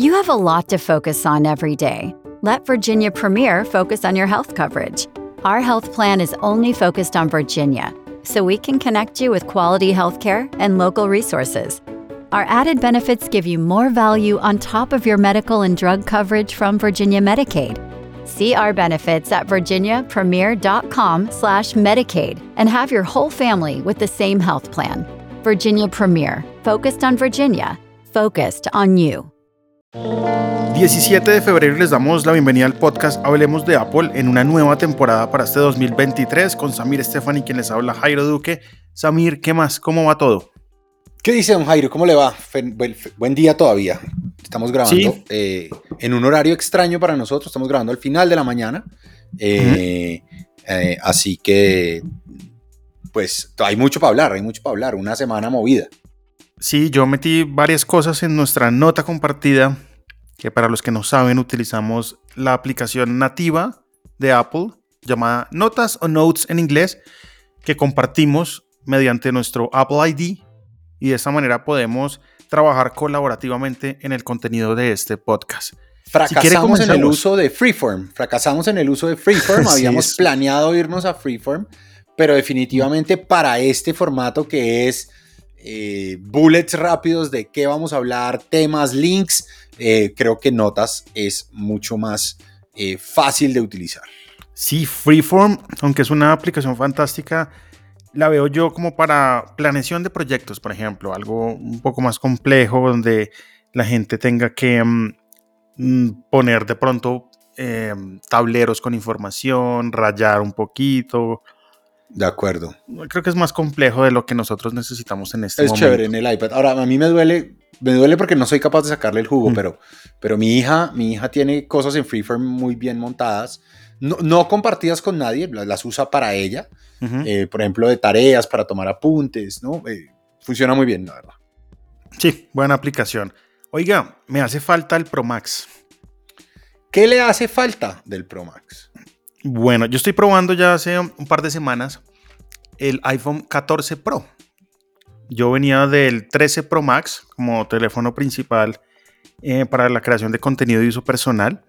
You have a lot to focus on every day. Let Virginia Premier focus on your health coverage. Our health plan is only focused on Virginia, so we can connect you with quality healthcare and local resources. Our added benefits give you more value on top of your medical and drug coverage from Virginia Medicaid. See our benefits at virginiapremier.com/Medicaid and have your whole family with the same health plan. Virginia Premier, focused on Virginia, focused on you. 17 de febrero les damos la bienvenida al podcast Hablemos de Apple en una nueva temporada para este 2023 con Samir Estefan y quien les habla Jairo Duque. Samir, ¿qué más? ¿Cómo va todo? ¿Qué dice don Jairo? ¿Cómo le va? Buen día todavía. Estamos grabando en un horario extraño para nosotros. Estamos grabando al final de la mañana. Así que, pues, hay mucho para hablar. Una semana movida. Sí, yo metí varias cosas en nuestra nota compartida, que para los que no saben utilizamos la aplicación nativa de Apple llamada Notas o Notes en inglés, que compartimos mediante nuestro Apple ID y de esa manera podemos trabajar colaborativamente en el contenido de este podcast. Fracasamos en el uso de Freeform. Habíamos planeado irnos a Freeform, pero definitivamente para este formato que es bullets rápidos de qué vamos a hablar, temas, links, creo que Notas es mucho más fácil de utilizar. Sí, Freeform, aunque es una aplicación fantástica, la veo yo como para planeación de proyectos, por ejemplo, algo un poco más complejo donde la gente tenga que poner de pronto tableros con información, rayar un poquito. De acuerdo. Creo que es más complejo de lo que nosotros necesitamos en este momento. Es chévere en el iPad. Ahora, a mí me duele porque no soy capaz de sacarle el jugo, pero mi hija tiene cosas en Freeform muy bien montadas, no compartidas con nadie, las usa para ella, por ejemplo, de tareas, para tomar apuntes, ¿no? Funciona muy bien, la verdad. Sí, buena aplicación. Oiga, me hace falta el Pro Max. ¿Qué le hace falta del Pro Max? Bueno, yo estoy probando ya hace un par de semanas el iPhone 14 Pro. Yo venía del 13 Pro Max como teléfono principal para la creación de contenido de uso personal.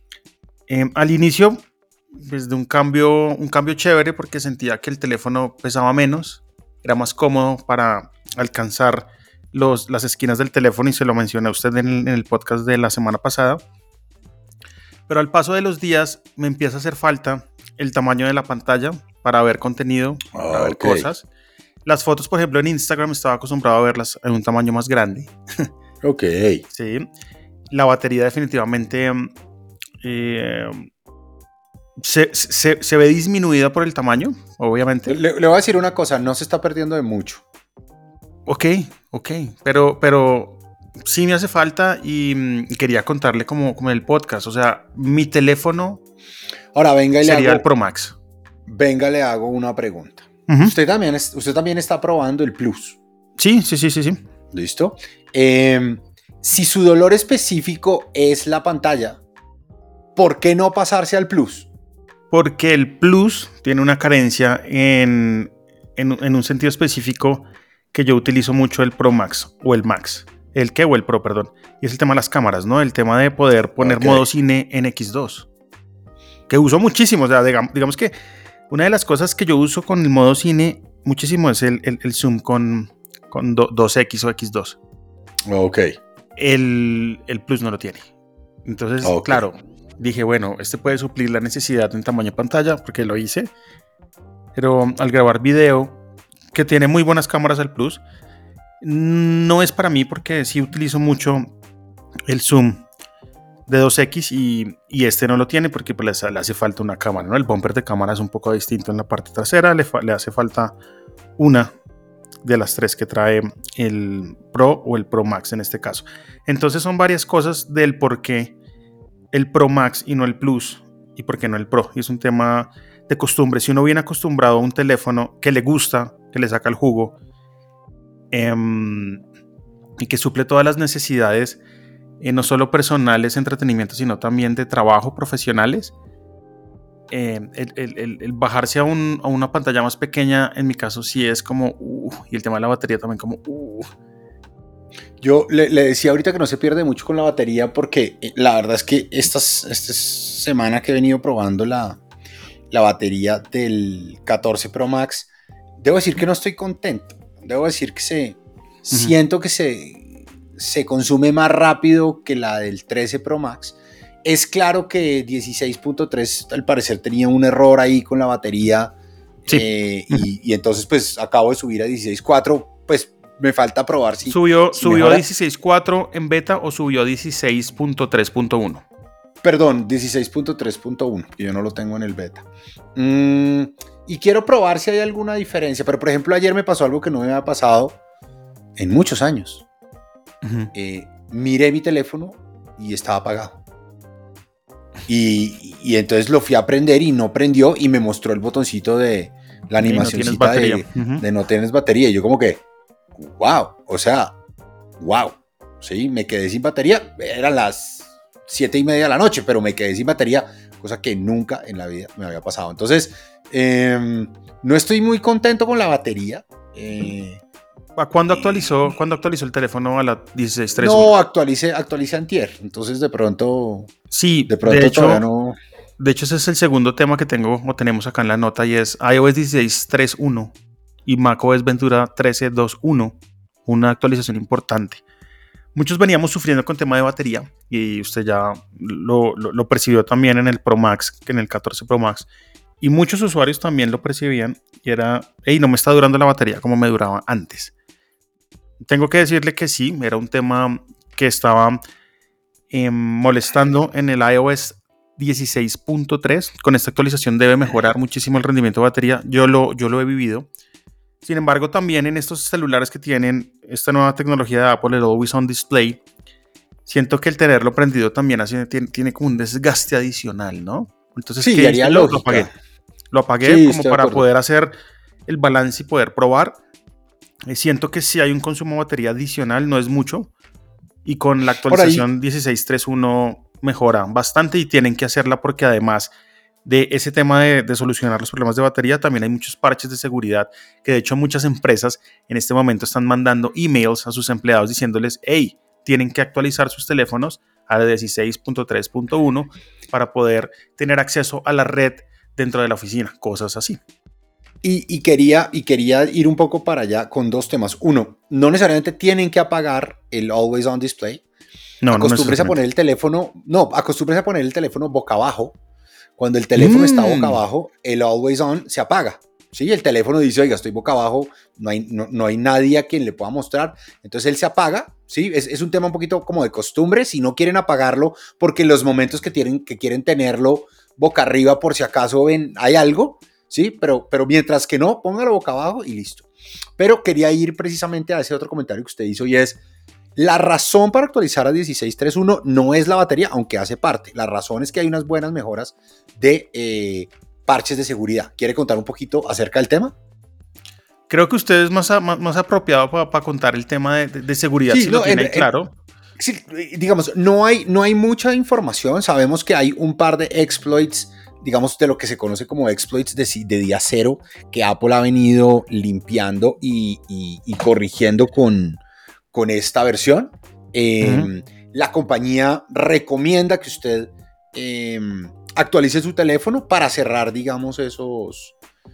Al inicio, pues, de un cambio chévere porque sentía que el teléfono pesaba menos, era más cómodo para alcanzar las esquinas del teléfono y se lo mencioné a usted en el podcast de la semana pasada. Pero al paso de los días me empieza a hacer falta el tamaño de la pantalla para ver contenido, para ver cosas. Las fotos, por ejemplo, en Instagram estaba acostumbrado a verlas en un tamaño más grande. Ok. Sí. La batería definitivamente se ve disminuida por el tamaño, obviamente. Le voy a decir una cosa, no se está perdiendo de mucho. Ok, pero sí me hace falta y quería contarle como el podcast. O sea, mi teléfono ahora sería el Pro Max. Venga, le hago una pregunta. Uh-huh. Usted también está probando el Plus. Sí. ¿Listo? Si su dolor específico es la pantalla, ¿por qué no pasarse al Plus? Porque el Plus tiene una carencia en un sentido específico que yo utilizo mucho el Pro Max o el Max. ¿El qué? O el Pro, perdón. Y es el tema de las cámaras, ¿no? El tema de poder poner modo cine en X2. Que uso muchísimo. O sea, digamos que una de las cosas que yo uso con el modo cine muchísimo es el zoom con 2X o X2. Ok. El Plus no lo tiene. Entonces, claro, dije, bueno, este puede suplir la necesidad en tamaño de pantalla, porque lo hice. Pero al grabar video, que tiene muy buenas cámaras el Plus, no es para mí porque sí utilizo mucho el zoom de 2X y este no lo tiene porque pues, le hace falta una cámara, ¿no? El bumper de cámara es un poco distinto en la parte trasera, le hace falta una de las tres que trae el Pro o el Pro Max en este caso. Entonces son varias cosas del por qué el Pro Max y no el Plus y por qué no el Pro. Y es un tema de costumbre. Si uno viene acostumbrado a un teléfono que le gusta, que le saca el jugo y que suple todas las necesidades no solo personales, entretenimiento, sino también de trabajo, profesionales, el bajarse a una pantalla más pequeña, en mi caso sí es como y el tema de la batería también como Yo le decía ahorita que no se pierde mucho con la batería porque la verdad es que esta semana que he venido probando la batería del 14 Pro Max, debo decir que no estoy contento. Debo decir que siento que se consume más rápido que la del 13 Pro Max. Es claro que 16.3 al parecer tenía un error ahí con la batería. Sí. Y entonces pues acabo de subir a 16.4, pues me falta probar si ¿Subió a 16.4 en beta o subió a 16.3.1? Perdón, 16.3.1, que yo no lo tengo en el beta. Y quiero probar si hay alguna diferencia, pero por ejemplo ayer me pasó algo que no me había pasado en muchos años. Miré mi teléfono y estaba apagado. Y entonces lo fui a prender y no prendió y me mostró el botoncito de la animacióncita de no tienes batería. Y yo como que, wow, sí, me quedé sin batería. Eran las 7:30 de la noche, pero me quedé sin batería, cosa que nunca en la vida me había pasado. Entonces, no estoy muy contento con la batería. ¿Cuándo actualizó el teléfono a la 16.3.1? No, actualicé antier, entonces de pronto... Sí, de hecho, todavía no... De hecho, ese es el segundo tema que tenemos acá en la nota, y es iOS 16.3.1 y macOS Ventura 13.2.1, una actualización importante. Muchos veníamos sufriendo con tema de batería, y usted ya lo percibió también en el Pro Max, que en el 14 Pro Max, y muchos usuarios también lo percibían, y era, hey, no me está durando la batería como me duraba antes. Tengo que decirle que sí, era un tema que estaba molestando en el iOS 16.3. Con esta actualización debe mejorar muchísimo el rendimiento de batería. Yo lo he vivido. Sin embargo, también en estos celulares que tienen esta nueva tecnología de Apple, el Always On Display, siento que el tenerlo prendido también tiene como un desgaste adicional, ¿no? Entonces, sí, ¿qué lo apagué? Lo apagué sí, como para poder hacer el balance y poder probar. Siento que sí hay un consumo de batería adicional, no es mucho. Y con la actualización 16.3.1 mejora bastante, y tienen que hacerla porque además de ese tema de solucionar los problemas de batería, también hay muchos parches de seguridad que de hecho muchas empresas en este momento están mandando emails a sus empleados diciéndoles, hey, tienen que actualizar sus teléfonos a 16.3.1 para poder tener acceso a la red dentro de la oficina, cosas así. Y quería ir un poco para allá con dos temas. Uno, no necesariamente tienen que apagar el Always On Display. Acostúmbrese a poner el teléfono, boca abajo. Cuando el teléfono está boca abajo, el Always On se apaga. ¿Sí? El teléfono dice, oiga, estoy boca abajo, no hay nadie a quien le pueda mostrar. Entonces él se apaga. ¿Sí? Es un tema un poquito como de costumbre. Si no quieren apagarlo, porque en los momentos que quieren tenerlo boca arriba, por si acaso ven, hay algo. Sí, pero mientras que no, póngalo boca abajo y listo. Pero quería ir precisamente a ese otro comentario que usted hizo, y es la razón para actualizar a 16.3.1 no es la batería, aunque hace parte. La razón es que hay unas buenas mejoras de parches de seguridad. ¿Quiere contar un poquito acerca del tema? Creo que usted es más apropiado para contar el tema de seguridad, sí, si lo tiene claro. Sí, digamos, no hay mucha información. Sabemos que hay un par de exploits, digamos, de lo que se conoce como exploits de día cero, que Apple ha venido limpiando y corrigiendo con esta versión. La compañía recomienda que usted actualice su teléfono para cerrar, digamos, esos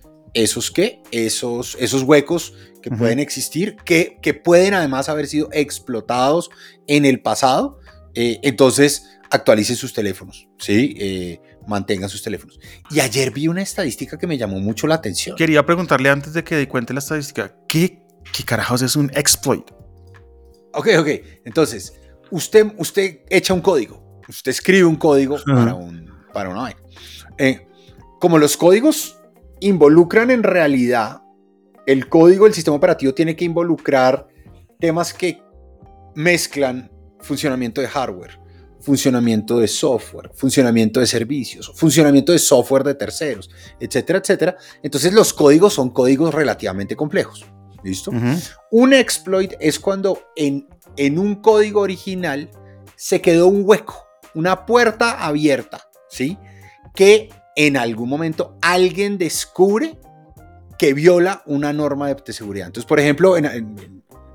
huecos que pueden existir, que pueden además haber sido explotados en el pasado. Entonces, actualicen sus teléfonos, ¿sí? Mantengan sus teléfonos. Y ayer vi una estadística que me llamó mucho la atención. Quería preguntarle antes de que cuente la estadística, ¿qué carajos es un exploit? Ok. Entonces, usted echa un código. Usted escribe un código para una vaina. Como los códigos involucran en realidad, el código del sistema operativo tiene que involucrar temas que mezclan funcionamiento de hardware, funcionamiento de software, funcionamiento de servicios, funcionamiento de software de terceros, etcétera, etcétera. Entonces los códigos son códigos relativamente complejos. ¿Listo? Un exploit es cuando en un código original se quedó un hueco, una puerta abierta, ¿sí? Que en algún momento alguien descubre que viola una norma de seguridad. Entonces, por ejemplo,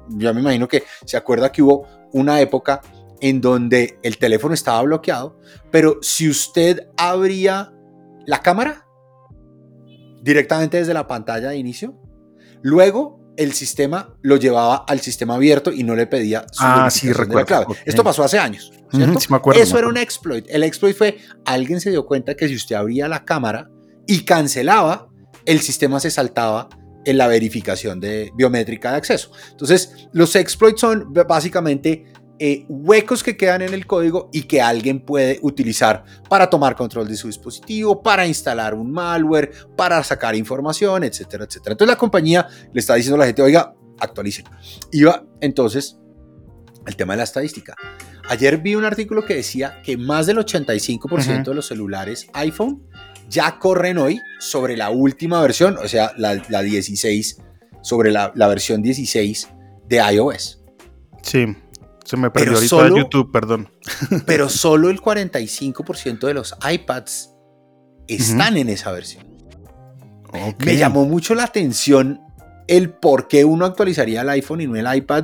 yo me imagino que se acuerda que hubo una época en donde el teléfono estaba bloqueado, pero si usted abría la cámara directamente desde la pantalla de inicio, luego el sistema lo llevaba al sistema abierto y no le pedía su verificación de la clave. Okay. Esto pasó hace años, ¿cierto? Sí, me acuerdo, Eso era un exploit. El exploit fue, alguien se dio cuenta que si usted abría la cámara y cancelaba, el sistema se saltaba en la verificación biométrica de acceso. Entonces, los exploits son básicamente huecos que quedan en el código y que alguien puede utilizar para tomar control de su dispositivo, para instalar un malware, para sacar información, etcétera, etcétera. Entonces la compañía le está diciendo a la gente, oiga, actualicen. Iba entonces el tema de la estadística. Ayer vi un artículo que decía que más del 85% de los celulares iPhone ya corren hoy sobre la última versión, o sea, la 16, sobre la versión 16 de iOS. Sí. Se me perdió ahorita de YouTube, perdón. Pero solo el 45% de los iPads están en esa versión. Okay. Me llamó mucho la atención el por qué uno actualizaría el iPhone y no el iPad.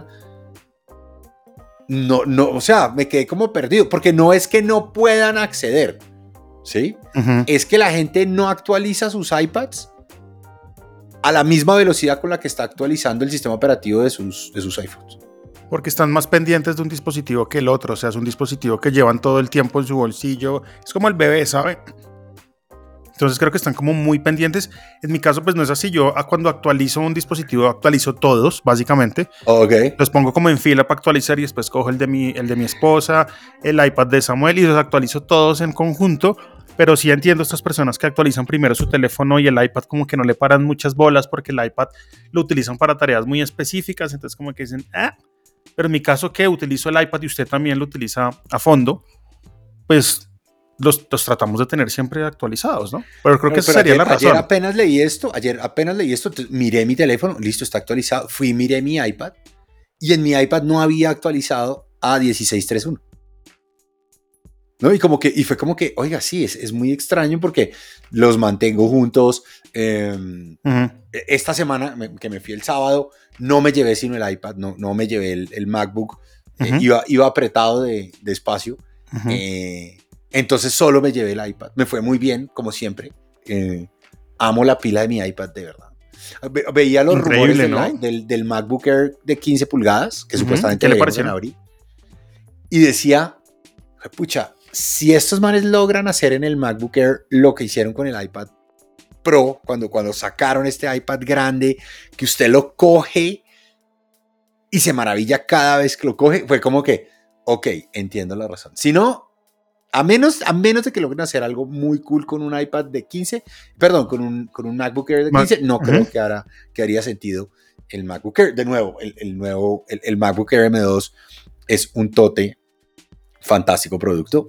No, o sea, me quedé como perdido, porque no es que no puedan acceder, ¿sí? Es que la gente no actualiza sus iPads a la misma velocidad con la que está actualizando el sistema operativo de sus iPhones. Porque están más pendientes de un dispositivo que el otro, o sea, es un dispositivo que llevan todo el tiempo en su bolsillo, es como el bebé, ¿sabe? Entonces creo que están como muy pendientes. En mi caso pues no es así, yo cuando actualizo un dispositivo actualizo todos, básicamente. Okay. Los pongo como en fila para actualizar y después cojo el de mi esposa, el iPad de Samuel y los actualizo todos en conjunto. Pero sí entiendo a estas personas que actualizan primero su teléfono y el iPad como que no le paran muchas bolas porque el iPad lo utilizan para tareas muy específicas, entonces como que dicen, pero en mi caso que utilizo el iPad y usted también lo utiliza a fondo, pues los tratamos de tener siempre actualizados, ¿no? Pero creo que esa sería la razón. Ayer apenas leí esto, miré mi teléfono, listo, está actualizado, fui y miré mi iPad y en mi iPad no había actualizado a 16.3.1. ¿No? Y fue como que, oiga, sí, es muy extraño porque los mantengo juntos. Esta semana, que me fui el sábado, no me llevé sino el iPad, no me llevé el MacBook, iba apretado de espacio, entonces solo me llevé el iPad. Me fue muy bien, como siempre. Amo la pila de mi iPad, de verdad. Veía los rumores, ¿no? del MacBook Air de 15 pulgadas, que supuestamente le parecían abrir, y decía, pucha, si estos manes logran hacer en el MacBook Air lo que hicieron con el iPad Pro, cuando sacaron este iPad grande, que usted lo coge y se maravilla cada vez que lo coge, fue como que, ok, entiendo la razón. Si no, a menos de que logren hacer algo muy cool con un iPad de 15, perdón, con un MacBook Air de 15, no creo que haría sentido el MacBook Air. De nuevo, el MacBook Air M2 es un tote, fantástico producto.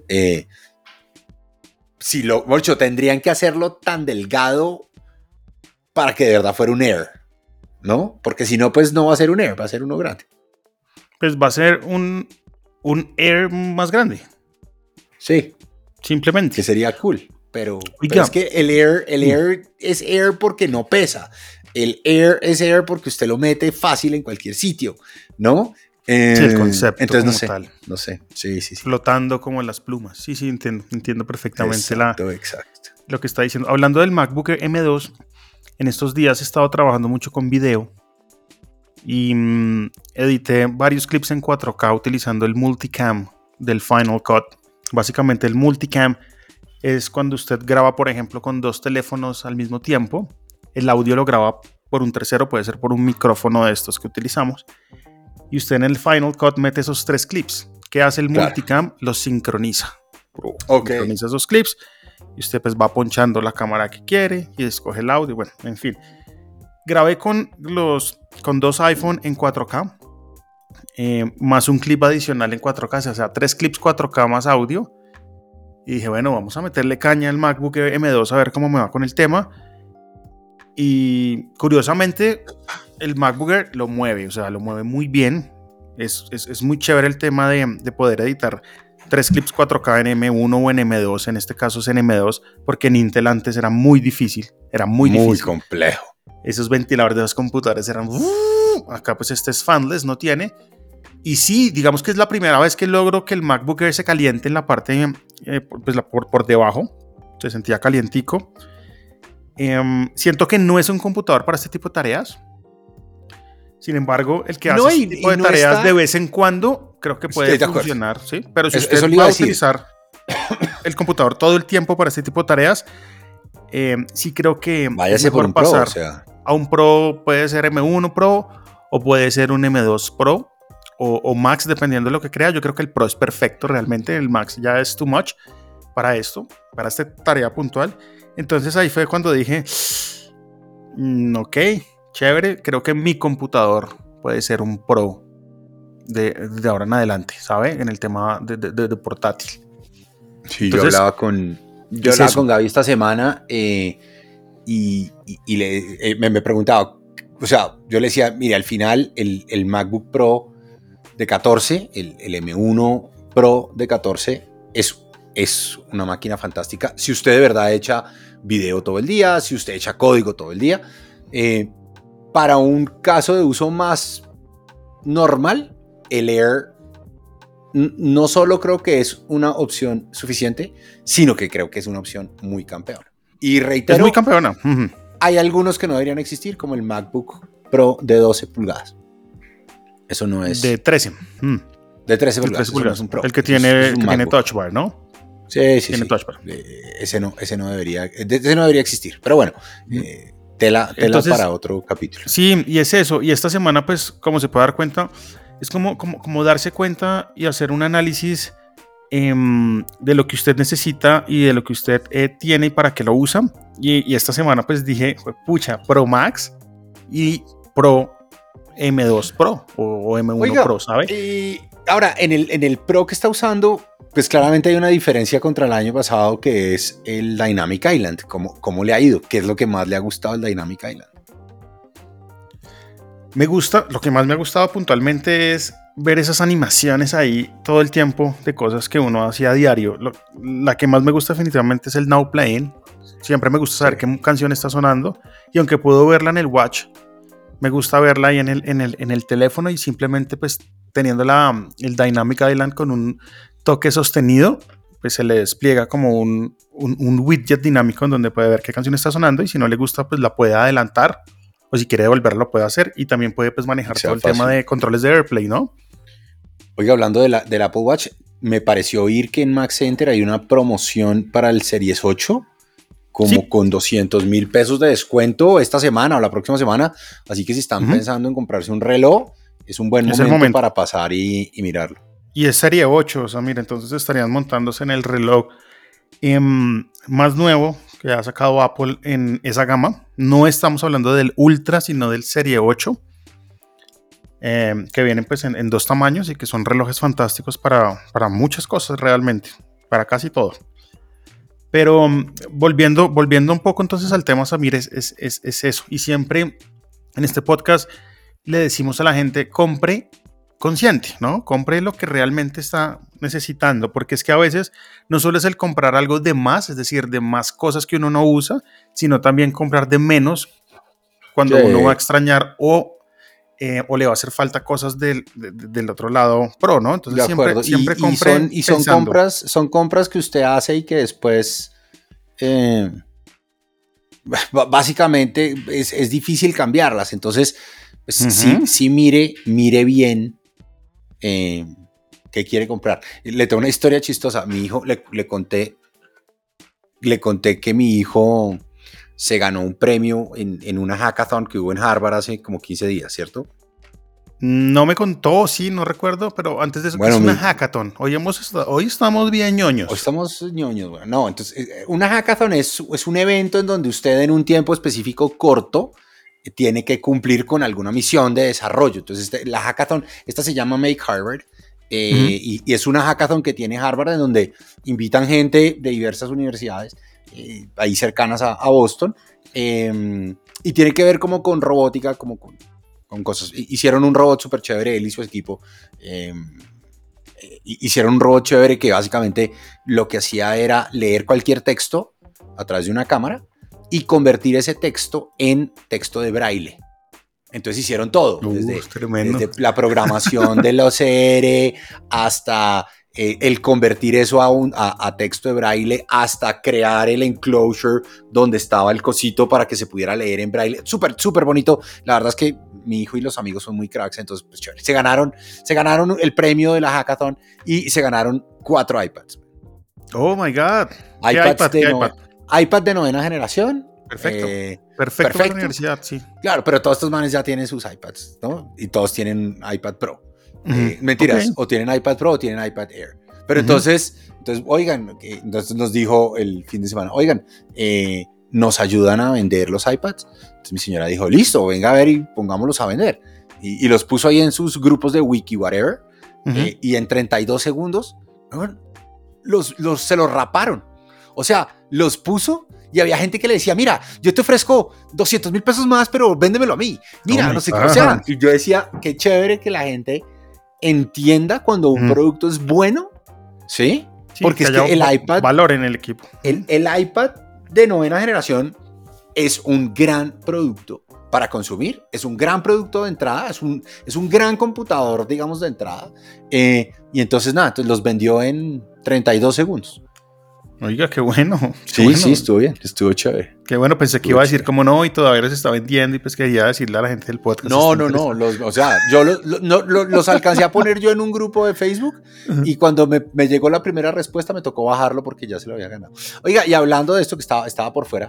Tendrían que hacerlo tan delgado para que de verdad fuera un Air, ¿no? Porque si no, pues no va a ser un Air, va a ser uno grande. Pues va a ser un Air más grande. Sí. Simplemente. Que sería cool. Pero es que el Air es Air porque no pesa. El Air es Air porque usted lo mete fácil en cualquier sitio, ¿no? Sí, el concepto. Entonces no sé. Sí. Flotando como las plumas. Sí, entiendo perfectamente exacto. Lo que está diciendo. Hablando del MacBook M2, en estos días he estado trabajando mucho con video y edité varios clips en 4K utilizando el multicam del Final Cut. Básicamente el multicam es cuando usted graba, por ejemplo, con dos teléfonos al mismo tiempo. El audio lo graba por un tercero, puede ser por un micrófono de estos que utilizamos. Y usted en el Final Cut mete esos 3 clips. ¿Qué hace el multicam? Los sincroniza. Sincroniza esos clips y usted pues va ponchando la cámara que quiere y escoge el audio. Bueno, en fin. Grabé con 2 iPhone en 4K. Más un clip adicional en 4K, o sea, 3 clips 4K más audio. Y dije, bueno, vamos a meterle caña al MacBook M2 a ver cómo me va con el tema. Y curiosamente, el MacBook Air lo mueve, o sea, lo mueve muy bien. Es muy chévere el tema de poder editar 3 clips 4K en M1 o en M2. En este caso es en M2, porque en Intel antes era muy difícil. Era muy difícil. Complejo. esos ventiladores de los computadores eran... acá pues este es fanless, no tiene. Y sí, digamos que es la primera vez que logro que el MacBook Air se caliente en la parte, pues por debajo. Se sentía calientico. Siento que no es un computador para este tipo de tareas. Sin embargo, el que hace este tipo de tareas de vez en cuando, creo que puede funcionar, ¿sí? Pero si usted va a utilizar el computador todo el tiempo para este tipo de tareas, sí creo que váyase por un pasar Pro, o sea. A un Pro. Puede ser M1 Pro o puede ser un M2 Pro o Max, dependiendo de lo que crea. Yo creo que el Pro es perfecto realmente. El Max ya es too much para esto, para esta tarea puntual. Entonces ahí fue cuando dije, ok, chévere, creo que mi computador puede ser un Pro de ahora en adelante, ¿sabe? En el tema de portátil. Sí, entonces, yo hablaba con Gaby esta semana y me preguntaba, o sea, yo le decía, mira, al final el MacBook Pro de 14, el M1 Pro de 14 es una máquina fantástica. Si usted de verdad echa video todo el día, si usted echa código todo el día, para un caso de uso más normal, el Air no solo creo que es una opción suficiente, sino que creo que es una opción muy campeona. Y reitero, es muy campeona. Hay algunos que no deberían existir, como el MacBook Pro de 12 pulgadas. Eso no es... De 13. De 13 pulgadas. No es un Pro. El que tiene Touch Bar, ¿no? Sí. Tiene Touch Bar. Ese no debería existir. Pero bueno, tela entonces, para otro capítulo. Sí, y es eso. Y esta semana, pues, como se puede dar cuenta, es como darse cuenta y hacer un análisis de lo que usted necesita y de lo que usted tiene y para qué lo usa. Y esta semana, pues, dije, pucha, Pro Max y Pro M2 Pro o M1 Pro, ¿sabe? Y ahora, en el Pro que está usando, pues claramente hay una diferencia contra el año pasado, que es el Dynamic Island. ¿Cómo le ha ido? ¿Qué es lo que más le ha gustado el Dynamic Island? Lo que más me ha gustado puntualmente es ver esas animaciones ahí todo el tiempo de cosas que uno hacía a diario. La que más me gusta definitivamente es el Now Playing. Siempre me gusta saber qué canción está sonando, y aunque puedo verla en el Watch, me gusta verla ahí en el teléfono, y simplemente pues teniendo el Dynamic Island con un toque sostenido, pues se le despliega como un widget dinámico en donde puede ver qué canción está sonando, y si no le gusta pues la puede adelantar, o si quiere devolverla lo puede hacer, y también puede pues manejar todo el tema de controles de AirPlay, ¿no? Oiga, hablando del Apple Watch, me pareció oír que en Mac Center hay una promoción para el Series 8, como con $200,000 de descuento esta semana o la próxima semana. Así que si están pensando en comprarse un reloj, es un buen momento para pasar y mirarlo. Y es Serie 8, o sea, mira, entonces estarían montándose en el reloj más nuevo que ha sacado Apple en esa gama. No estamos hablando del Ultra, sino del Serie 8, que vienen pues en dos tamaños, y que son relojes fantásticos para muchas cosas realmente, para casi todo. Pero volviendo un poco entonces al tema, Samir, es eso. Y siempre en este podcast le decimos a la gente, compre consciente, ¿no? Compre lo que realmente está necesitando, porque es que a veces no solo es el comprar algo de más, es decir, de más cosas que uno no usa, sino también comprar de menos cuando uno va a extrañar o le va a hacer falta cosas del otro lado Pro, ¿no? Entonces siempre compre y son compras que usted hace y que después básicamente es difícil cambiarlas. Entonces sí mire bien qué quiere comprar. Le tengo una historia chistosa. Mi hijo, le conté que mi hijo se ganó un premio en una hackathon que hubo en Harvard hace como 15 días, ¿cierto? No me contó, sí, no recuerdo, pero antes de eso, bueno, ¿qué es una hackathon? Hoy estamos bien ñoños. Hoy estamos ñoños, bueno. No, entonces, una hackathon es un evento en donde usted en un tiempo específico corto tiene que cumplir con alguna misión de desarrollo. Entonces, la hackathon, esta se llama Make Harvard, y es una hackathon que tiene Harvard, en donde invitan gente de diversas universidades ahí cercanas a Boston, y tiene que ver como con robótica, como con cosas. Hicieron un robot súper chévere, él y su equipo. Hicieron un robot chévere que básicamente lo que hacía era leer cualquier texto a través de una cámara y convertir ese texto en texto de braille. Entonces hicieron todo, desde la programación del OCR hasta el convertir eso a texto de braille, hasta crear el enclosure donde estaba el cosito para que se pudiera leer en braille. Súper, súper bonito. La verdad es que mi hijo y los amigos son muy cracks, entonces pues chévere. Se ganaron el premio de la hackathon y se ganaron 4 iPads. Oh my God. iPad de 9ª generación. Perfecto. Perfecto para la universidad, sí. Claro, pero todos estos manes ya tienen sus iPads, ¿no? Y todos tienen iPad Pro. Mentiras, okay. O tienen iPad Pro o tienen iPad Air. Pero entonces, oigan, entonces nos dijo el fin de semana, oigan, nos ayudan a vender los iPads. Entonces mi señora dijo, listo, venga a ver y pongámoslos a vender. Y los puso ahí en sus grupos de wiki, whatever. Y en 32 segundos, se los raparon. O sea, los puso y había gente que le decía, mira, yo te ofrezco 200,000 pesos más, pero véndemelo a mí. Mira, no sé qué. O sea, y yo decía, qué chévere que la gente entienda cuando un producto es bueno, ¿sí? Porque es que el iPad... valor en el equipo. El iPad de 9ª generación es un gran producto para consumir, es un gran producto de entrada, es un gran computador, digamos, de entrada. Y entonces, entonces los vendió en 32 segundos. Oiga, qué bueno. Sí, bueno. Sí, estuvo bien, estuvo chévere. Qué bueno, pensé que iba a decir como no y todavía se está vendiendo y pues quería decirle a la gente del podcast. No, o sea, yo los alcancé a poner yo en un grupo de Facebook y cuando me llegó la primera respuesta me tocó bajarlo porque ya se lo había ganado. Oiga, y hablando de esto que estaba por fuera,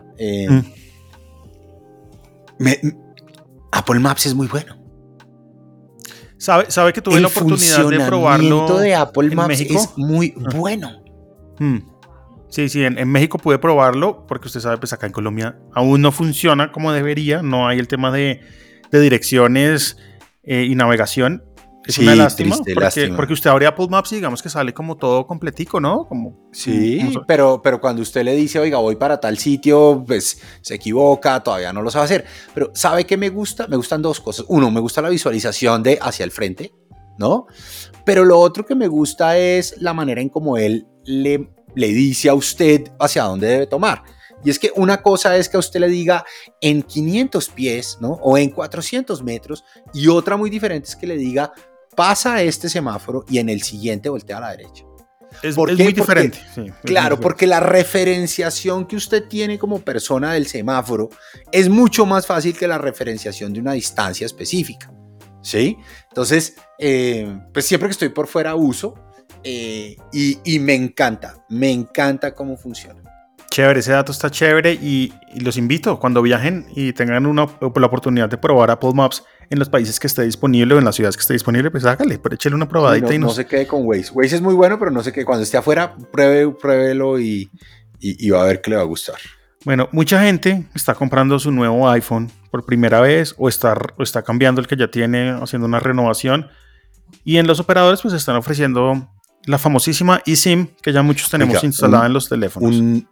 Apple Maps es muy bueno. ¿Sabe que tuve la oportunidad de probarlo? El funcionamiento de Apple Maps México? Es muy bueno. Sí, en México pude probarlo porque usted sabe, pues acá en Colombia aún no funciona como debería, no hay el tema de direcciones y navegación. Es una lástima, porque usted abre Apple Maps y digamos que sale como todo completico, ¿no? Pero cuando usted le dice, oiga, voy para tal sitio, pues se equivoca, todavía no lo sabe hacer. Pero ¿sabe qué me gusta? Me gustan 2 cosas. Uno, me gusta la visualización de hacia el frente, ¿no? Pero lo otro que me gusta es la manera en cómo él le dice a usted hacia dónde debe tomar. Y es que una cosa es que a usted le diga en 500 pies, ¿no? O en 400 metros, y otra muy diferente es que le diga pasa a este semáforo y en el siguiente voltea a la derecha. Es muy diferente. Claro, porque la referenciación que usted tiene como persona del semáforo es mucho más fácil que la referenciación de una distancia específica, ¿sí? Entonces, pues siempre que estoy por fuera uso, y me encanta cómo funciona. Chévere, ese dato está chévere y los invito cuando viajen y tengan la oportunidad de probar Apple Maps en los países que esté disponible o en las ciudades que esté disponible, pues hágale, pero échale una probadita. No se quede con Waze. Waze es muy bueno, pero no sé qué, cuando esté afuera, pruébelo y va a ver que le va a gustar. Bueno, mucha gente está comprando su nuevo iPhone por primera vez o está cambiando el que ya tiene, haciendo una renovación, y en los operadores pues están ofreciendo la famosísima eSIM que ya muchos tenemos instalada en los teléfonos.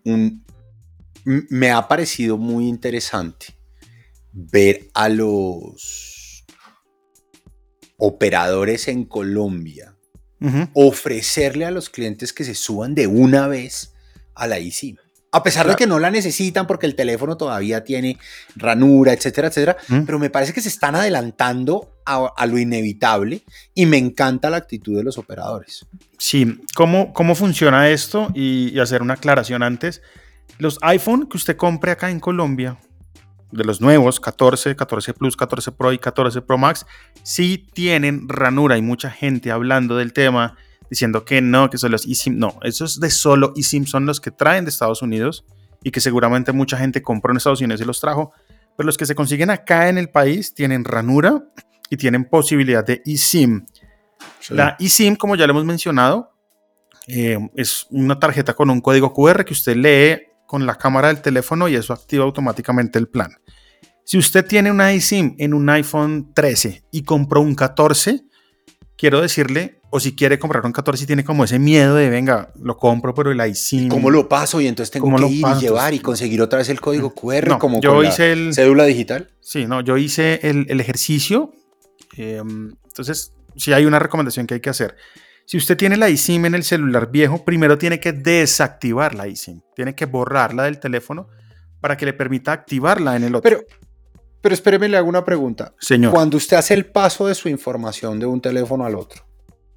Me ha parecido muy interesante ver a los operadores en Colombia ofrecerle a los clientes que se suban de una vez a la eSIM. A pesar de que no la necesitan porque el teléfono todavía tiene ranura, etcétera, etcétera. Pero me parece que se están adelantando a lo inevitable y me encanta la actitud de los operadores. Sí, ¿cómo funciona esto? Y hacer una aclaración antes. Los iPhone que usted compre acá en Colombia, de los nuevos, 14, 14 Plus, 14 Pro y 14 Pro Max, sí tienen ranura. Hay mucha gente hablando del tema, diciendo que no, que son los eSIM. No, esos de solo eSIM son los que traen de Estados Unidos y que seguramente mucha gente compró en Estados Unidos y los trajo. Pero los que se consiguen acá en el país tienen ranura y tienen posibilidad de eSIM. Sí. La eSIM, como ya lo hemos mencionado, es una tarjeta con un código QR que usted lee con la cámara del teléfono y eso activa automáticamente el plan. Si usted tiene una eSIM en un iPhone 13 y compró un 14, quiero decirle, o si quiere comprar un 14 y tiene como ese miedo de, venga, lo compro, pero el eSIM... ¿Cómo lo paso? Y entonces tengo que ir y llevar y conseguir otra vez el código QR, no, como yo con hice la cédula digital. Sí, no, yo hice el ejercicio. Entonces, sí hay una recomendación que hay que hacer. Si usted tiene la eSIM en el celular viejo, primero tiene que desactivar la eSIM. Tiene que borrarla del teléfono para que le permita activarla en el otro. Pero espéreme, le hago una pregunta. Señor. Cuando usted hace el paso de su información de un teléfono al otro,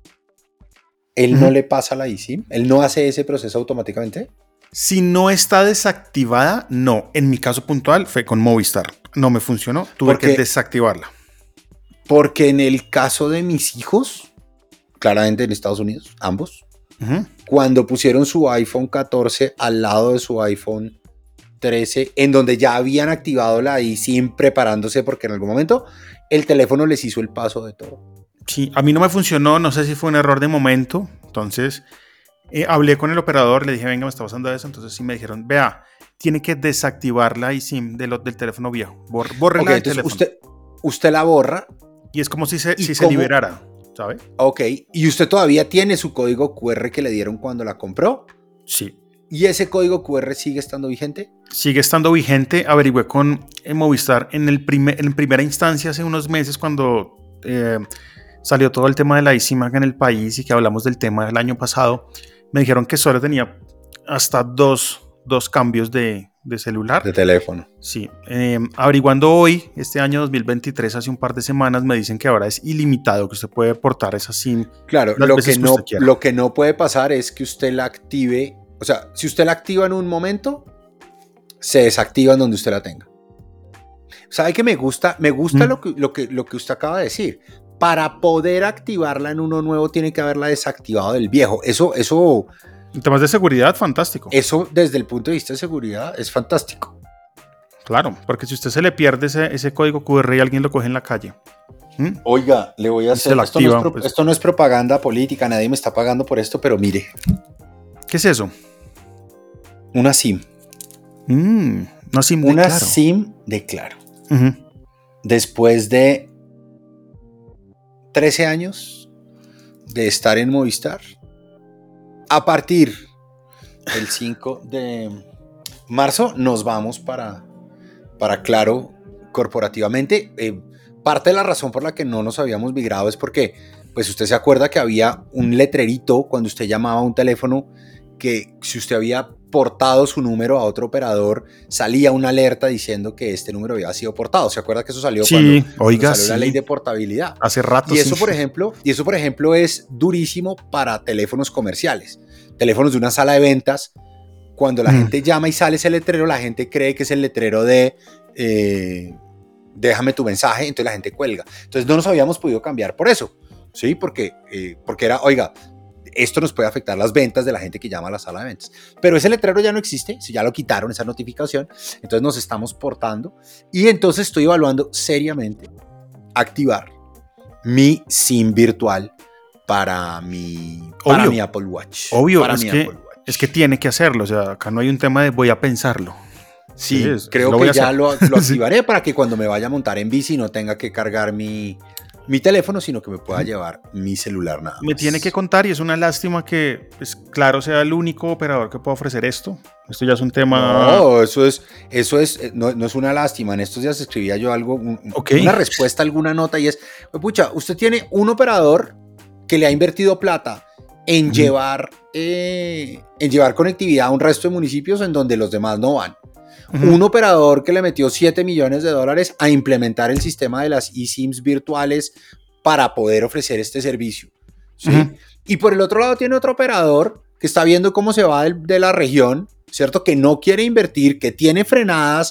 ¿él no le pasa la eSIM? ¿Él no hace ese proceso automáticamente? Si no está desactivada, no. En mi caso puntual fue con Movistar. No me funcionó. Tuve que desactivarla. Porque en el caso de mis hijos, claramente en Estados Unidos, ambos, cuando pusieron su iPhone 14 al lado de su iPhone 13, en donde ya habían activado la eSIM preparándose porque en algún momento el teléfono les hizo el paso de todo. Sí, a mí no me funcionó, no sé si fue un error de momento, entonces hablé con el operador, le dije, venga, me está pasando eso, entonces sí me dijeron, vea, tiene que desactivar la eSIM del teléfono viejo, bórrela del teléfono. Usted la borra. Y es como si se liberara, ¿sabe? Ok, ¿y usted todavía tiene su código QR que le dieron cuando la compró? Sí. ¿Y ese código QR sigue estando vigente? Sigue estando vigente. Averigüé con Movistar en primera instancia hace unos meses cuando salió todo el tema de la eSIM acá en el país y que hablamos del tema del año pasado. Me dijeron que solo tenía hasta dos cambios de celular. De teléfono. Sí. Averiguando hoy, este año 2023, hace un par de semanas, me dicen que ahora es ilimitado, que usted puede portar esa SIM. Claro, lo que no puede pasar es que usted la active. O sea, si usted la activa en un momento, se desactiva en donde usted la tenga. ¿Sabe qué me gusta? Me gusta lo que usted acaba de decir. Para poder activarla en uno nuevo, tiene que haberla desactivado del viejo. Eso. En temas de seguridad, fantástico. Eso, desde el punto de vista de seguridad, es fantástico. Claro, porque si usted se le pierde ese código QR y alguien lo coge en la calle. Oiga, le voy a hacer. Esto no es propaganda política, nadie me está pagando por esto, pero mire. ¿Qué es eso? Una SIM. Una SIM de Una Claro. SIM de Claro. Después de 13 años de estar en Movistar, a partir del 5 de marzo nos vamos para Claro corporativamente. Parte de la razón por la que no nos habíamos migrado es porque, pues usted se acuerda que había un letrerito cuando usted llamaba a un teléfono que si usted había portado su número a otro operador, salía una alerta diciendo que este número había sido portado. ¿Se acuerda que eso salió cuando salió la ley de portabilidad? Hace rato. Y eso, por ejemplo, es durísimo para teléfonos comerciales. Teléfonos de una sala de ventas. Cuando la gente llama y sale ese letrero, la gente cree que es el letrero de déjame tu mensaje, entonces la gente cuelga. Entonces no nos habíamos podido cambiar por eso, ¿sí? Porque era, oiga, esto nos puede afectar las ventas de la gente que llama a la sala de ventas. Pero ese letrero ya no existe, ya lo quitaron, esa notificación, entonces nos estamos portando y entonces estoy evaluando seriamente activar mi SIM virtual para mi Apple Watch. Obvio, es que tiene que hacerlo, o sea, acá no hay un tema de voy a pensarlo. Sí, creo que ya lo activaré para que cuando me vaya a montar en bici no tenga que cargar mi teléfono, sino que me pueda llevar mi celular nada más. Me tiene que contar y es una lástima que pues, Claro sea el único operador que pueda ofrecer esto. Esto ya es un tema... No, eso no es una lástima. En estos días escribía yo algo, una respuesta a alguna nota y es, pucha, usted tiene un operador que le ha invertido plata en llevar conectividad a un resto de municipios en donde los demás no van. Un operador que le metió $7 millones a implementar el sistema de las eSIMs virtuales para poder ofrecer este servicio, ¿sí? Y por el otro lado tiene otro operador que está viendo cómo se va de la región, ¿cierto? Que no quiere invertir, que tiene frenadas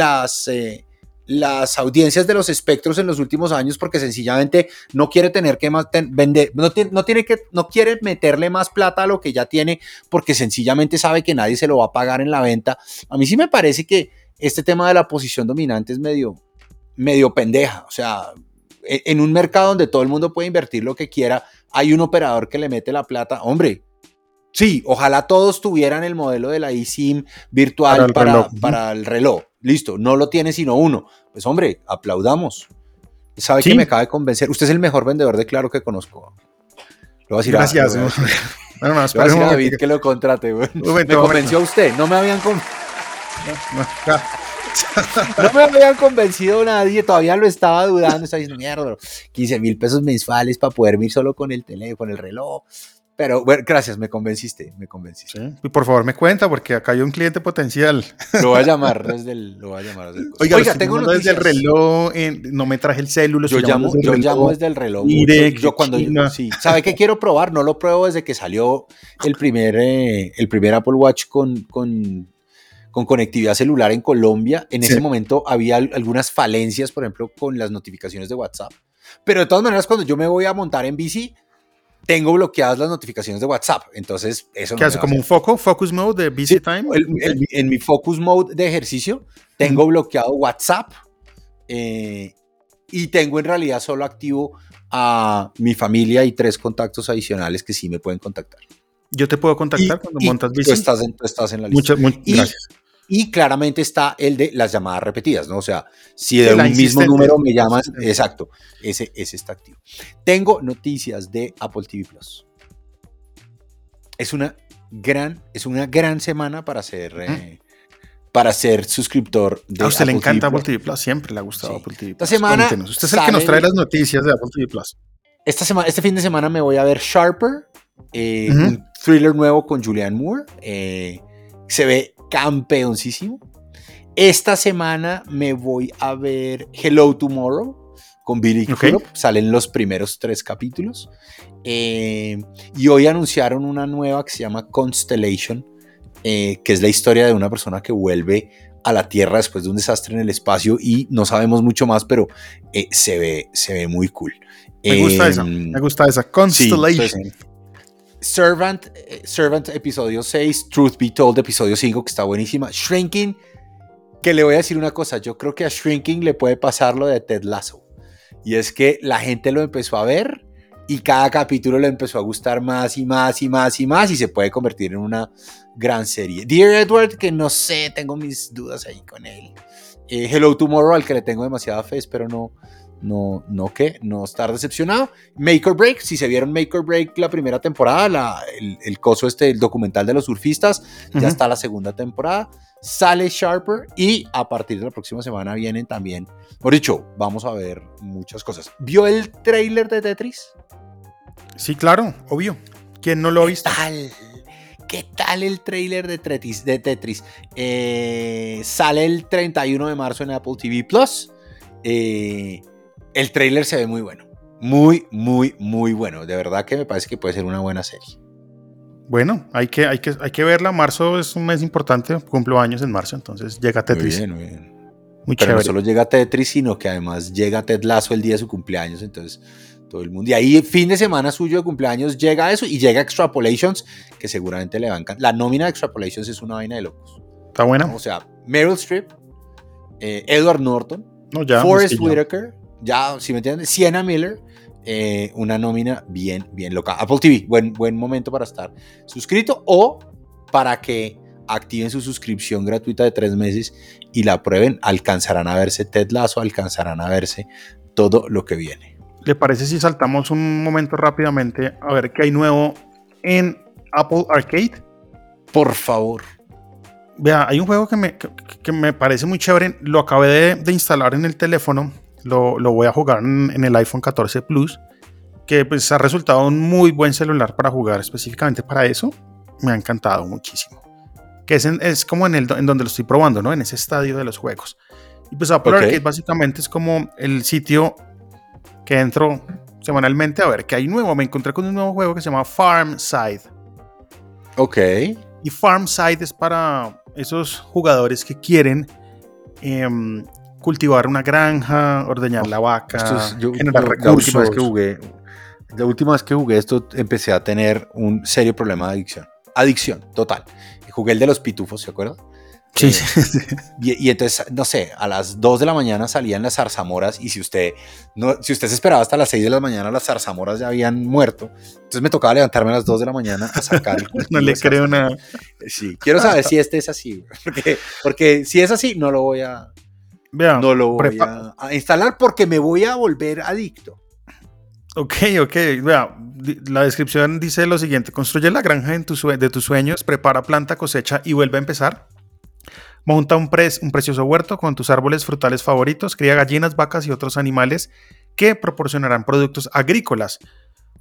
las audiencias de los espectros en los últimos años porque sencillamente no quiere tener que vender, no quiere meterle más plata a lo que ya tiene porque sencillamente sabe que nadie se lo va a pagar en la venta. A mí sí me parece que este tema de la posición dominante es medio pendeja. O sea, en un mercado donde todo el mundo puede invertir lo que quiera, hay un operador que le mete la plata. Hombre, sí, ojalá todos tuvieran el modelo de la eSIM virtual para el reloj. Listo, no lo tiene sino uno. Pues hombre, aplaudamos. ¿Sabe que me acaba de convencer? Usted es el mejor vendedor de Claro que conozco. Lo voy a decir Gracias. Le voy a decir a David que lo contrate. Me convenció a usted. No me habían convencido nadie. Todavía lo estaba dudando. Estaba diciendo, mierda, 15,000 pesos mensuales para poder ir solo con el teléfono, el reloj. Pero bueno, gracias, me convenciste. Sí. Y por favor me cuenta, porque acá hay un cliente potencial. Lo voy a llamar desde el Oiga, tengo noticias. Desde el reloj, no me traje el celular. Yo llamo desde el reloj. Mire, yo cuando sí, ¿sabe qué quiero probar? No lo pruebo desde que salió el primer Apple Watch con conectividad celular en Colombia. En ese momento había algunas falencias, por ejemplo, con las notificaciones de WhatsApp. Pero de todas maneras, cuando yo me voy a montar en bici, tengo bloqueadas las notificaciones de WhatsApp, entonces eso ¿Qué hace? ¿Como un focus mode de busy time? En mi focus mode de ejercicio tengo bloqueado WhatsApp y tengo en realidad solo activo a mi familia y 3 contactos adicionales que sí me pueden contactar. Yo te puedo contactar cuando montas bici. Tú estás en la lista. Muchas gracias. Y claramente está el de las llamadas repetidas, ¿no? O sea, si de un mismo número me llaman, exacto, ese está activo. Tengo noticias de Apple TV Plus. Es una gran semana para ser suscriptor de Apple TV Plus. A usted le encanta Apple TV Plus, siempre le ha gustado Apple TV Plus. Esta semana usted es el que nos trae las noticias de Apple TV Plus. Este fin de semana me voy a ver Sharper, un thriller nuevo con Julianne Moore. Se ve campeoncísimo. Esta semana me voy a ver Hello Tomorrow con Billy Crudup. Salen los primeros 3 capítulos. Y hoy anunciaron una nueva que se llama Constellation, que es la historia de una persona que vuelve a la Tierra después de un desastre en el espacio y no sabemos mucho más, pero se ve muy cool. Me gusta esa Constellation. Sí, Servant episodio 6, Truth Be Told episodio 5, que está buenísima. Shrinking, que le voy a decir una cosa, yo creo que a Shrinking le puede pasar lo de Ted Lasso, y es que la gente lo empezó a ver y cada capítulo le empezó a gustar más y más y más y más y se puede convertir en una gran serie. Dear Edward, que no sé, tengo mis dudas ahí con él. Hello Tomorrow, al que le tengo demasiada fe, espero no estar decepcionado. Make or Break, si se vieron Make or Break la primera temporada, el coso el documental de los surfistas, ya está la segunda temporada. Sale Sharper y a partir de la próxima semana vienen también, por dicho, vamos a ver muchas cosas. ¿Vio el tráiler de Tetris? Sí, claro, obvio. ¿Quién no lo ha visto? ¿Qué tal el tráiler de Tetris? Sale el 31 de marzo en Apple TV Plus. El tráiler se ve muy bueno. Muy, muy, muy bueno. De verdad que me parece que puede ser una buena serie. Bueno, hay que verla. Marzo es un mes importante. Cumplo años en marzo, entonces llega Tetris. Muy bien. Muy Pero chévere. no solo llega Tetris, sino que además llega Ted Lasso el día de su cumpleaños. Entonces, todo el mundo. Y ahí, fin de semana suyo de cumpleaños, llega eso y llega Extrapolations, que seguramente le va a encantar. La nómina de Extrapolations es una vaina de locos. ¿Está buena? O sea, Meryl Streep, Edward Norton, Forrest Whitaker. Ya, si me entienden, Sienna Miller, una nómina bien loca. Apple TV, buen momento para estar suscrito o para que activen su suscripción gratuita de 3 meses y la prueben. Alcanzarán a verse Ted Lasso, alcanzarán a verse todo lo que viene. ¿Le parece si saltamos un momento rápidamente a ver qué hay nuevo en Apple Arcade? Por favor. Vea, hay un juego que me parece muy chévere. Lo acabé de instalar en el teléfono. Lo voy a jugar en el iPhone 14 Plus, que pues ha resultado un muy buen celular para jugar específicamente para eso. Me ha encantado muchísimo. Que es como en donde lo estoy probando, ¿no? En ese estadio de los juegos. Y pues Apple Arcade básicamente es como el sitio que entro semanalmente a ver qué hay nuevo. Me encontré con un nuevo juego que se llama Farmside. Ok. Y Farmside es para esos jugadores que quieren cultivar una granja, ordeñar la vaca, generar recursos. La última vez que jugué esto empecé a tener un serio problema de adicción. Adicción, total. Jugué el de los pitufos, ¿se acuerdan? Sí. Y entonces, no sé, a las 2 de la mañana salían las zarzamoras y si usted se esperaba hasta las 6 de la mañana, las zarzamoras ya habían muerto. Entonces me tocaba levantarme a las 2 de la mañana a sacar el cultivo. No le creo nada. Sí, quiero saber si este es así. Porque si es así, no lo voy a instalar porque me voy a volver adicto. Ok. Vea, la descripción dice lo siguiente: construye la granja de tus sueños, prepara, planta, cosecha y vuelve a empezar. Monta un precioso huerto con tus árboles frutales favoritos, cría gallinas, vacas y otros animales que proporcionarán productos agrícolas.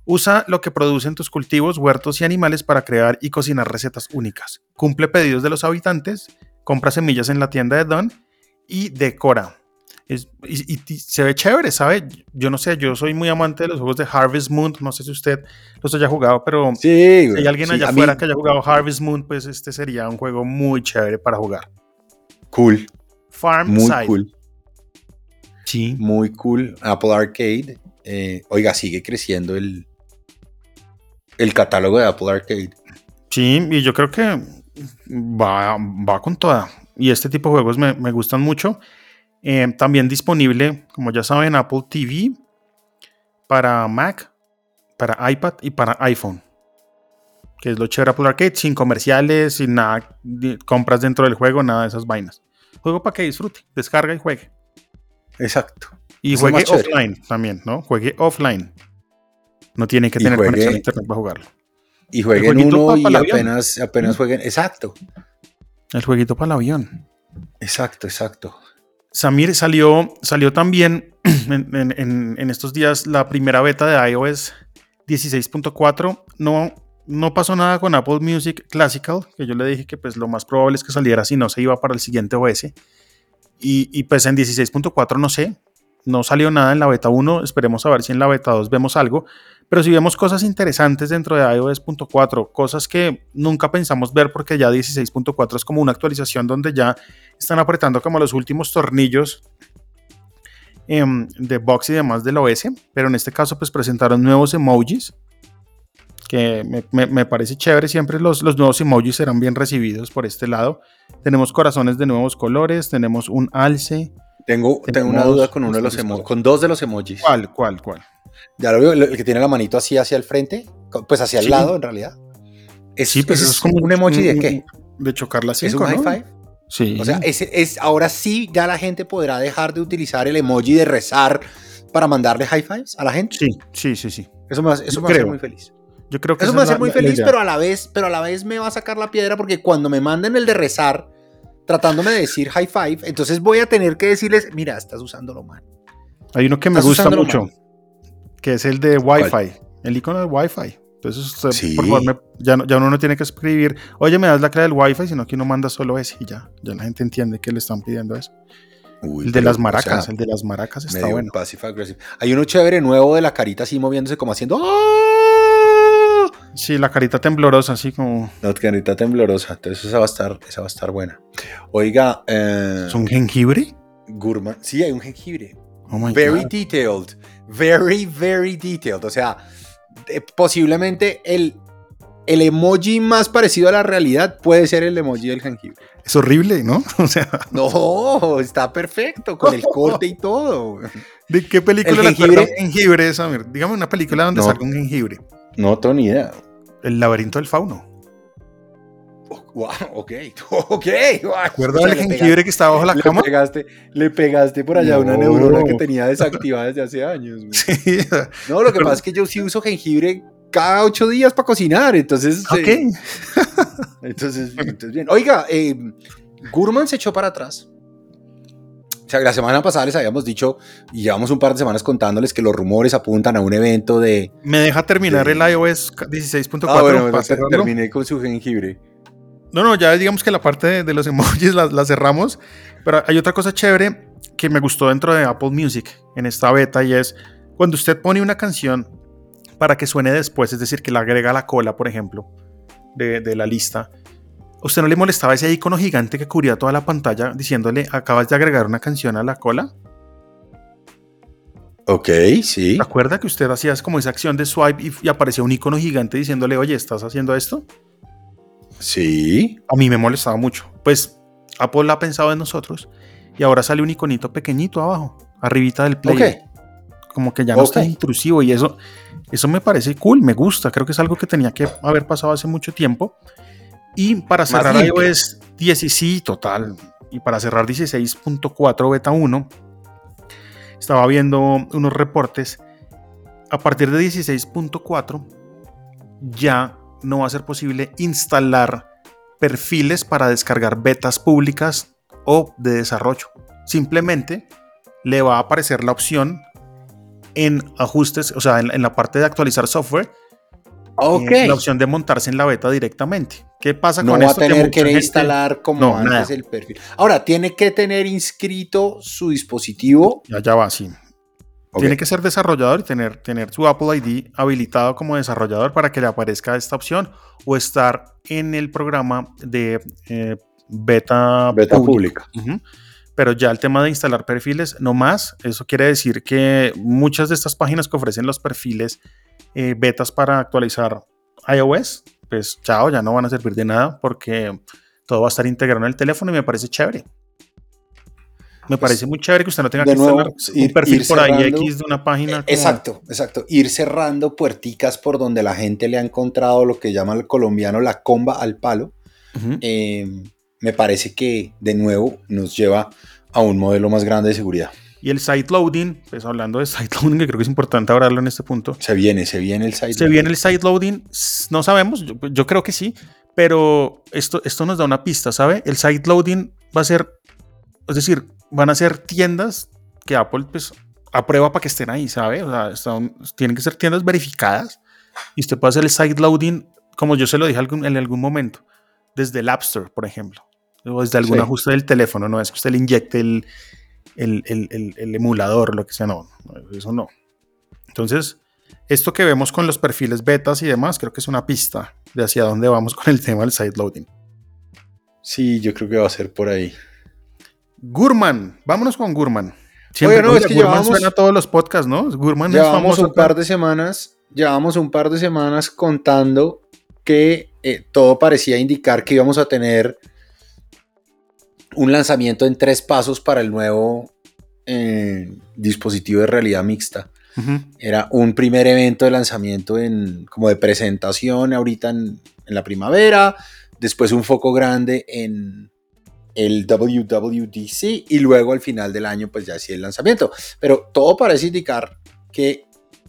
Usa lo que producen tus cultivos, huertos y animales para crear y cocinar recetas únicas. Cumple pedidos de los habitantes, compra semillas en la tienda de Don y decora. Y se ve chévere, ¿sabe? Yo no sé, yo soy muy amante de los juegos de Harvest Moon. No sé si usted los haya jugado, pero sí, si hay alguien allá afuera que haya jugado Harvest Moon, pues este sería un juego muy chévere para jugar. Cool. Farmside. Muy cool. Sí. Muy cool. Apple Arcade. Oiga, sigue creciendo el catálogo de Apple Arcade. Sí, y yo creo que va con toda. Y este tipo de juegos me gustan mucho. También disponible, como ya saben, Apple TV para Mac, para iPad y para iPhone. Que es lo chévere Apple Arcade, sin comerciales, sin nada, compras dentro del juego, nada de esas vainas. Juego para que disfrute, descarga y juegue. Exacto. Y eso juegue offline también, ¿no? Juegue offline. No tiene que tener conexión a internet para jugarlo. Y jueguen uno y apenas jueguen. Exacto. El jueguito para el avión. Exacto. Samir, salió también en estos días la primera beta de iOS 16.4. No pasó nada con Apple Music Classical, que yo le dije que pues lo más probable es que saliera si no se iba para el siguiente OS. Y pues en 16.4 no sé, no salió nada en la beta 1, esperemos a ver si en la beta 2 vemos algo, pero si vemos cosas interesantes dentro de iOS.4, cosas que nunca pensamos ver porque ya 16.4 es como una actualización donde ya están apretando como los últimos tornillos de box y demás del OS, pero en este caso pues presentaron nuevos emojis, que me parece chévere, siempre los nuevos emojis serán bien recibidos por este lado. Tenemos corazones de nuevos colores, tenemos un alce. Tengo una duda con uno de los emojis, con dos de los emojis. ¿Cuál? Ya lo veo, el que tiene la manito así hacia el frente, pues hacia el lado en realidad. Sí, pues es como un emoji de qué? De chocar la 5, ¿Es un high five? Sí. O sea, ahora sí ya la gente podrá dejar de utilizar el emoji de rezar para mandarle high fives a la gente. Sí. Eso me va a hacer muy feliz. Yo creo que eso me va a hacer muy feliz, pero a la vez me va a sacar la piedra porque cuando me manden el de rezar, tratándome de decir high five, entonces voy a tener que decirles, mira, estás usándolo mal. Hay uno que me gusta mucho, que es el de Wi-Fi, ¿cuál? El icono de Wi-Fi. Entonces usted, sí, por favor, ya uno no tiene que escribir, oye, me das la clave del Wi-Fi, sino que uno manda solo ese y ya la gente entiende que le están pidiendo eso. El de las maracas, está bueno. Hay uno chévere nuevo de la carita así moviéndose como haciendo ¡oh! Sí, la carita temblorosa, así como. La carita temblorosa, entonces esa va a estar buena. Oiga, ¿es un jengibre? Gurman, sí, hay un jengibre. Oh my very God. detailed, very detailed. O sea, posiblemente el emoji más parecido a la realidad puede ser el emoji del jengibre. Es horrible, ¿no? O sea. No, está perfecto, con el corte y todo. ¿De qué película le acuerda un jengibre, Samir? Dígame una película donde salga un jengibre. No tengo ni idea. El laberinto del fauno. Wow, ok. ¿Recuerdas el jengibre que estaba bajo la cama? Le pegaste por allá una neurona que tenía desactivada desde hace años. Sí. No, lo que pasa es que yo sí uso jengibre cada 8 días para cocinar, entonces... Ok. Entonces bien. Oiga, Gurman se echó para atrás. O sea, la semana pasada les habíamos dicho, y llevamos un par de semanas contándoles que los rumores apuntan a un evento de... ¿Me deja terminar el iOS 16.4? Bueno, terminé con su jengibre. No, ya digamos que la parte de los emojis la cerramos, pero hay otra cosa chévere que me gustó dentro de Apple Music en esta beta, y es cuando usted pone una canción para que suene después, es decir, que la agrega a la cola, por ejemplo, de la lista, ¿a usted no le molestaba ese icono gigante que cubría toda la pantalla diciéndole, acabas de agregar una canción a la cola? Ok, sí. ¿Se acuerda que usted hacía como esa acción de swipe y aparecía un icono gigante diciéndole, oye, ¿estás haciendo esto? Sí. A mí me molestaba mucho. Pues Apple ha pensado en nosotros y ahora sale un iconito pequeñito abajo, arribita del player. Okay. Como que ya no está intrusivo, y eso me parece cool, me gusta. Creo que es algo que tenía que haber pasado hace mucho tiempo. Y para cerrar iOS 10, sí, total. Y para cerrar 16.4 beta 1, estaba viendo unos reportes. A partir de 16.4 ya no va a ser posible instalar perfiles para descargar betas públicas o de desarrollo. Simplemente le va a aparecer la opción en ajustes, o sea, en la parte de actualizar software, la opción de montarse en la beta directamente. ¿Qué pasa con esto? No va a tener que instalar como antes el perfil. Ahora, tiene que tener inscrito su dispositivo. Ya va, sí. Tiene que ser desarrollador y tener su Apple ID habilitado como desarrollador para que le aparezca esta opción, o estar en el programa de beta pública. Pero ya el tema de instalar perfiles, no más. Eso quiere decir que muchas de estas páginas que ofrecen los perfiles betas para actualizar iOS, pues chao, ya no van a servir de nada porque todo va a estar integrado en el teléfono y me parece chévere. Me parece muy chévere que usted no tenga que instalar un perfil por ahí X de una página. Exacto. Ir cerrando puerticas por donde la gente le ha encontrado lo que llama el colombiano la comba al palo. Me parece que de nuevo nos lleva a un modelo más grande de seguridad. Y el site loading, pues hablando de site loading, que creo que es importante hablarlo en este punto. Se viene el site loading. Se viene el site loading, no sabemos, yo creo que sí, pero esto nos da una pista, ¿sabe? El site loading va a ser, es decir, van a ser tiendas que Apple pues aprueba para que estén ahí, ¿sabe? O sea, tienen que ser tiendas verificadas y usted puede hacer el site loading, como yo se lo dije en algún momento, desde el App Store, por ejemplo, o desde algún ajuste del teléfono. No es que usted le inyecte el emulador, lo que sea, no, eso no. Entonces, esto que vemos con los perfiles betas y demás, creo que es una pista de hacia dónde vamos con el tema del site loading. Sí, yo creo que va a ser por ahí. Gurman, vámonos con Gurman. Siempre es que Gurman suena a todos los podcasts, ¿no? Gurman es famoso. Llevamos un par de semanas contando que todo parecía indicar que íbamos a tener un lanzamiento en 3 pasos para el nuevo dispositivo de realidad mixta. Era un primer evento de lanzamiento como de presentación ahorita en la primavera, después un foco grande en el WWDC y luego al final del año pues ya sí el lanzamiento. Pero todo parece indicar que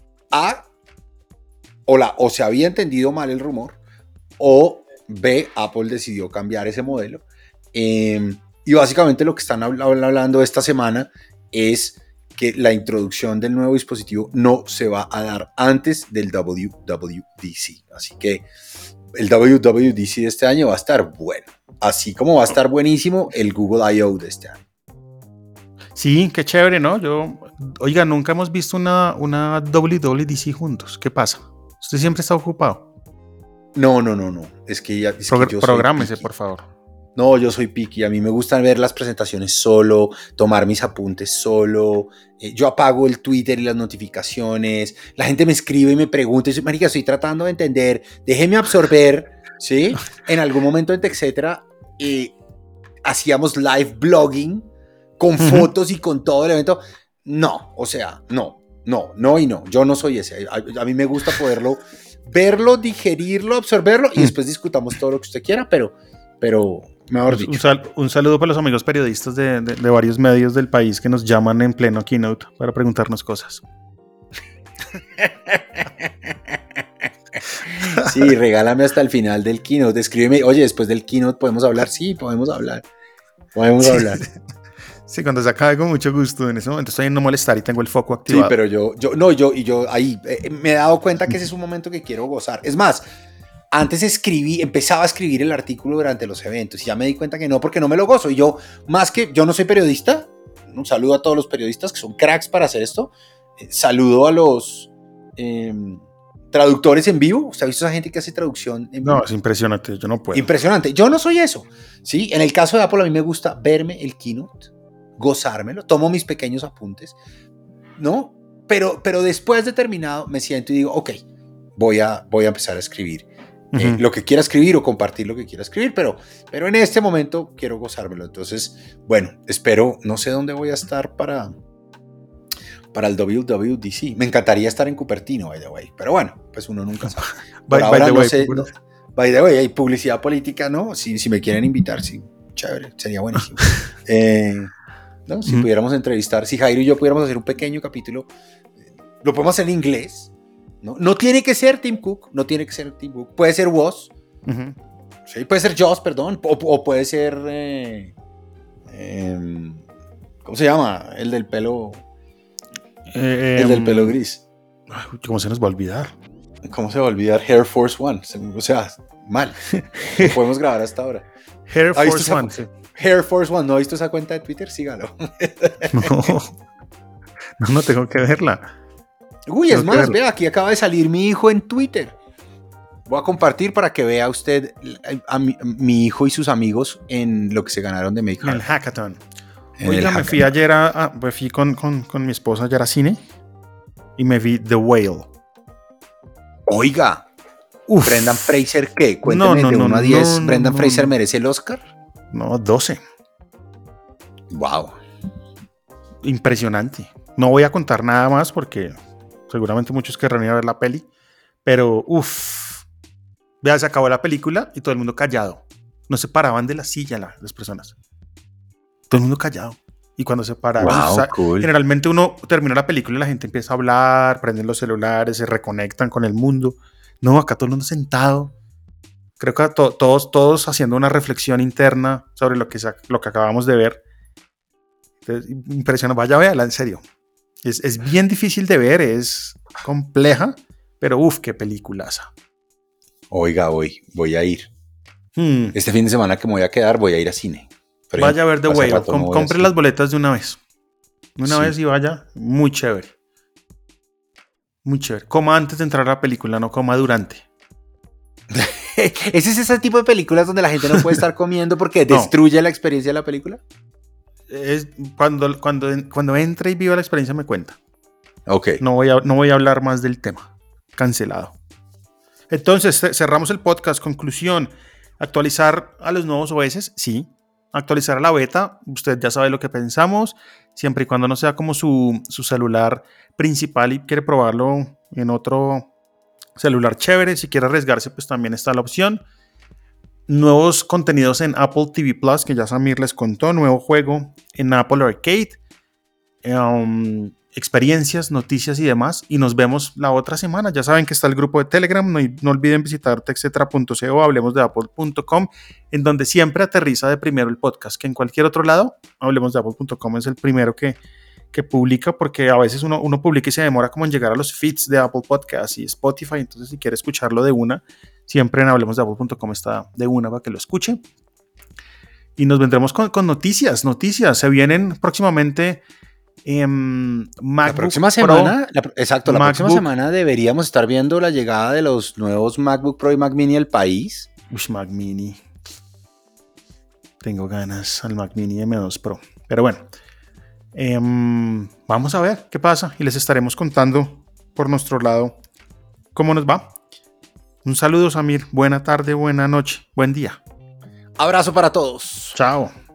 o se había entendido mal el rumor, o B, Apple decidió cambiar ese modelo. Y básicamente lo que están hablando esta semana es que la introducción del nuevo dispositivo no se va a dar antes del WWDC. Así que el WWDC de este año va a estar bueno. Así como va a estar buenísimo el Google I.O. de este año. Sí, qué chévere, ¿no? Oiga, nunca hemos visto una WWDC juntos. ¿Qué pasa? ¿Usted siempre está ocupado? No. Es que yo Prográmese, por favor. No, yo soy picky. A mí me gusta ver las presentaciones solo, tomar mis apuntes solo. Yo apago el Twitter y las notificaciones. La gente me escribe y me pregunta. Y dice, marica, estoy tratando de entender. Déjeme absorber, ¿sí? En algún momento en TechCetera hacíamos live blogging con fotos y con todo el evento. No, o sea, no. Yo no soy ese. A mí me gusta poderlo verlo, digerirlo, absorberlo y después discutamos todo lo que usted quiera, pero mejor dicho. Un saludo para los amigos periodistas de varios medios del país que nos llaman en pleno keynote para preguntarnos cosas. Sí, regálame hasta el final del keynote. Escríbeme, oye, después del keynote podemos hablar. Sí, podemos hablar. Sí, cuando se acabe con mucho gusto. En ese momento estoy en no molestar y tengo el foco activado. Sí, pero yo ahí me he dado cuenta que ese es un momento que quiero gozar. Es más, antes empezaba a escribir el artículo durante los eventos y ya me di cuenta que no, porque no me lo gozo. Y yo no soy periodista. Un saludo a todos los periodistas que son cracks para hacer esto. Saludo a los traductores en vivo. ¿Usted ha visto esa gente que hace traducción en vivo? No, es impresionante. Yo no puedo. Impresionante. Yo no soy eso. ¿Sí? En el caso de Apple, a mí me gusta verme el keynote, gozármelo, tomo mis pequeños apuntes, ¿no? Pero después de terminado me siento y digo, ok, voy a empezar a escribir lo que quiera escribir o compartir lo que quiera escribir, pero en este momento quiero gozármelo. Entonces, bueno, espero, no sé dónde voy a estar para el WWDC. Me encantaría estar en Cupertino, by the way, pero bueno, pues uno nunca sabe. By the way, hay publicidad política, ¿no? Si me quieren invitar, sí, chévere, sería buenísimo. ¿No? Si pudiéramos entrevistar, si Jairo y yo pudiéramos hacer un pequeño capítulo, lo podemos hacer en inglés, ¿no? No tiene que ser Tim Cook, puede ser Woz, sí, puede ser Joss, perdón, o puede ser, ¿cómo se llama? El del pelo, El del pelo gris. ¿Cómo se nos va a olvidar? ¿Cómo se va a olvidar Air Force One? O sea, mal. No podemos grabar hasta ahora. Air Force One. Sí. Air Force One. ¿No ha visto esa cuenta de Twitter? Sígalo. No tengo que verla. Uy, es más, vea, aquí acaba de salir mi hijo en Twitter. Voy a compartir para que vea usted a mi hijo y sus amigos en lo que se ganaron de Make Hard. En el hackathon. Oiga, me fui ayer fui con mi esposa ayer a cine y me vi The Whale. Oiga, ¿Brendan Fraser qué? Cuénteme de 1 a 10. ¿Brendan Fraser merece el Oscar? No, 12. Wow. Impresionante. No voy a contar nada más porque seguramente muchos querrán ir a ver la peli, pero vea, se acabó la película y todo el mundo callado. No se paraban de la silla las personas. Todo el mundo callado. Y cuando se pararon, cool. Generalmente uno termina la película y la gente empieza a hablar, prenden los celulares, se reconectan con el mundo. No, acá todo el mundo sentado. Creo que todos haciendo una reflexión interna sobre lo que acabamos de ver. Entonces, impresionante. Vaya, véala, en serio. Es bien difícil de ver, es compleja, pero qué peliculaza. Oiga, voy a ir. Este fin de semana que me voy a quedar, voy a ir a cine. Vaya a ver The Whale, compre las boletas de una vez. Una vez y vaya, muy chévere. Muy chévere. Coma antes de entrar a la película, no coma durante. ¿Ese es ese tipo de películas donde la gente no puede estar comiendo porque destruye la experiencia de la película? Es cuando entre y viva la experiencia me cuenta. Ok. No voy a hablar más del tema. Cancelado. Entonces, cerramos el podcast. Conclusión. Actualizar a los nuevos OS, sí. Actualizar a la beta, usted ya sabe lo que pensamos, siempre y cuando no sea como su celular principal y quiere probarlo en otro celular chévere. Si quiere arriesgarse, pues también está la opción. Nuevos contenidos en Apple TV Plus, que ya Samir les contó. Nuevo juego en Apple Arcade. Experiencias, noticias y demás. Y nos vemos la otra semana. Ya saben que está el grupo de Telegram. No olviden visitar textetra.co, hablemosdeapple.com, en donde siempre aterriza de primero el podcast, que en cualquier otro lado. Hablemosdeapple.com es el primero que publica, porque a veces uno publica y se demora como en llegar a los feeds de Apple Podcasts y Spotify. Entonces, si quiere escucharlo de una, siempre en hablemosdeapple.com está de una para que lo escuche. Y nos vendremos con noticias. Se vienen próximamente la próxima semana, la próxima semana deberíamos estar viendo la llegada de los nuevos MacBook Pro y Mac Mini al país. Mac Mini. Tengo ganas al Mac Mini M2 Pro. Pero bueno, vamos a ver qué pasa y les estaremos contando por nuestro lado cómo nos va. Un saludo, Samir. Buena tarde, buena noche, buen día. Abrazo para todos. Chao.